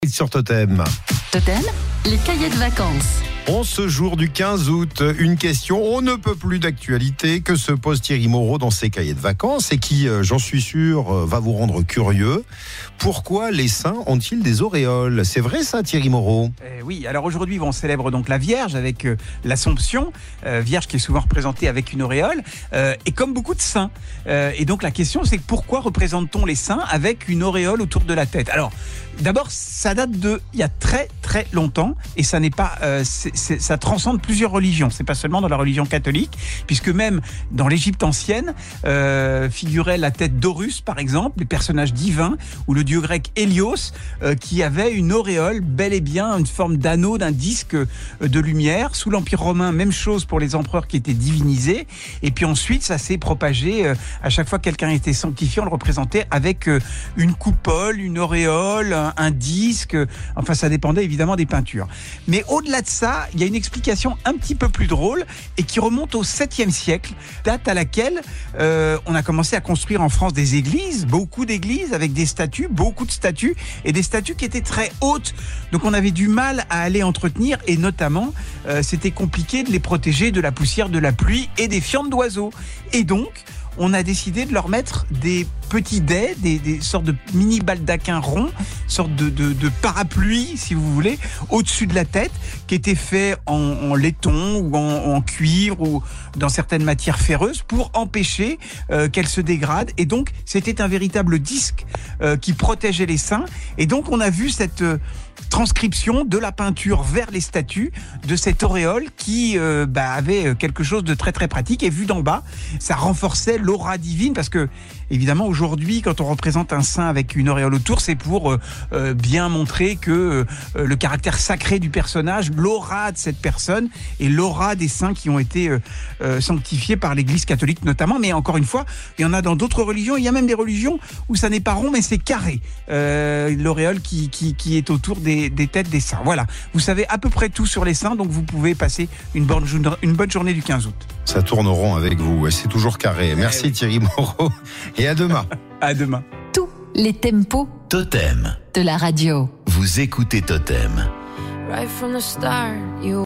Sur Totem. Totem, les cahiers de vacances. En ce jour du 15 août, une question on ne peut plus d'actualité que se pose Thierry Moreau dans ses cahiers de vacances et qui, j'en suis sûr, va vous rendre curieux. Pourquoi les saints ont-ils des auréoles ? C'est vrai ça, Thierry Moreau ? Oui, alors aujourd'hui on célèbre donc la Vierge avec l'Assomption, Vierge qui est souvent représentée avec une auréole, et comme beaucoup de saints. Et donc la question c'est pourquoi représente-t-on les saints avec une auréole autour de la tête ? Alors d'abord ça date de il y a très très longtemps et ça n'est pas ça transcende plusieurs religions. C'est pas seulement dans la religion catholique, puisque même dans l'Égypte ancienne figurait la tête d'Horus par exemple, les personnages divins, ou le dieu grec Hélios qui avait une auréole, bel et bien une forme d'anneau, d'un disque de lumière. Sous l'Empire romain, même chose pour les empereurs qui étaient divinisés. Et puis ensuite, ça s'est propagé. À chaque fois que quelqu'un était sanctifié, on le représentait avec une coupole, une auréole, un disque. Enfin, ça dépendait évidemment des peintures. Mais au-delà de ça, il y a une explication un petit peu plus drôle et qui remonte au 7e siècle, date à laquelle on a commencé à construire en France des églises, beaucoup d'églises avec des statues, beaucoup de statues, et des statues qui étaient très hautes. Donc on avait du mal à les entretenir, et notamment c'était compliqué de les protéger de la poussière, de la pluie et des fientes d'oiseaux. Et donc on a décidé de leur mettre des petits dais, des sortes de mini baldaquins ronds, sortes de parapluies, si vous voulez, au-dessus de la tête, qui étaient faits en laiton ou en cuivre ou dans certaines matières ferreuses pour empêcher qu'elles se dégradent. Et donc, c'était un véritable disque qui protégeait les saints. Et donc, on a vu cette transcription de la peinture vers les statues de cette auréole qui avait quelque chose de très très pratique, et vu d'en bas, ça renforçait l'aura divine, parce que évidemment aujourd'hui quand on représente un saint avec une auréole autour, c'est pour bien montrer que le caractère sacré du personnage, l'aura de cette personne et l'aura des saints qui ont été sanctifiés par l'Église catholique notamment. Mais encore une fois, il y en a dans d'autres religions, il y a même des religions où ça n'est pas rond mais c'est carré, l'auréole qui est autour des têtes des saints. Voilà, vous savez à peu près tout sur les saints, donc vous pouvez passer une bonne journée du 15 août. Ça tourne rond avec vous, c'est toujours carré. Merci oui. Thierry Moreau, et à demain. À demain. Tous les tempos Totem de la radio. Vous écoutez Totem. Right from the start, you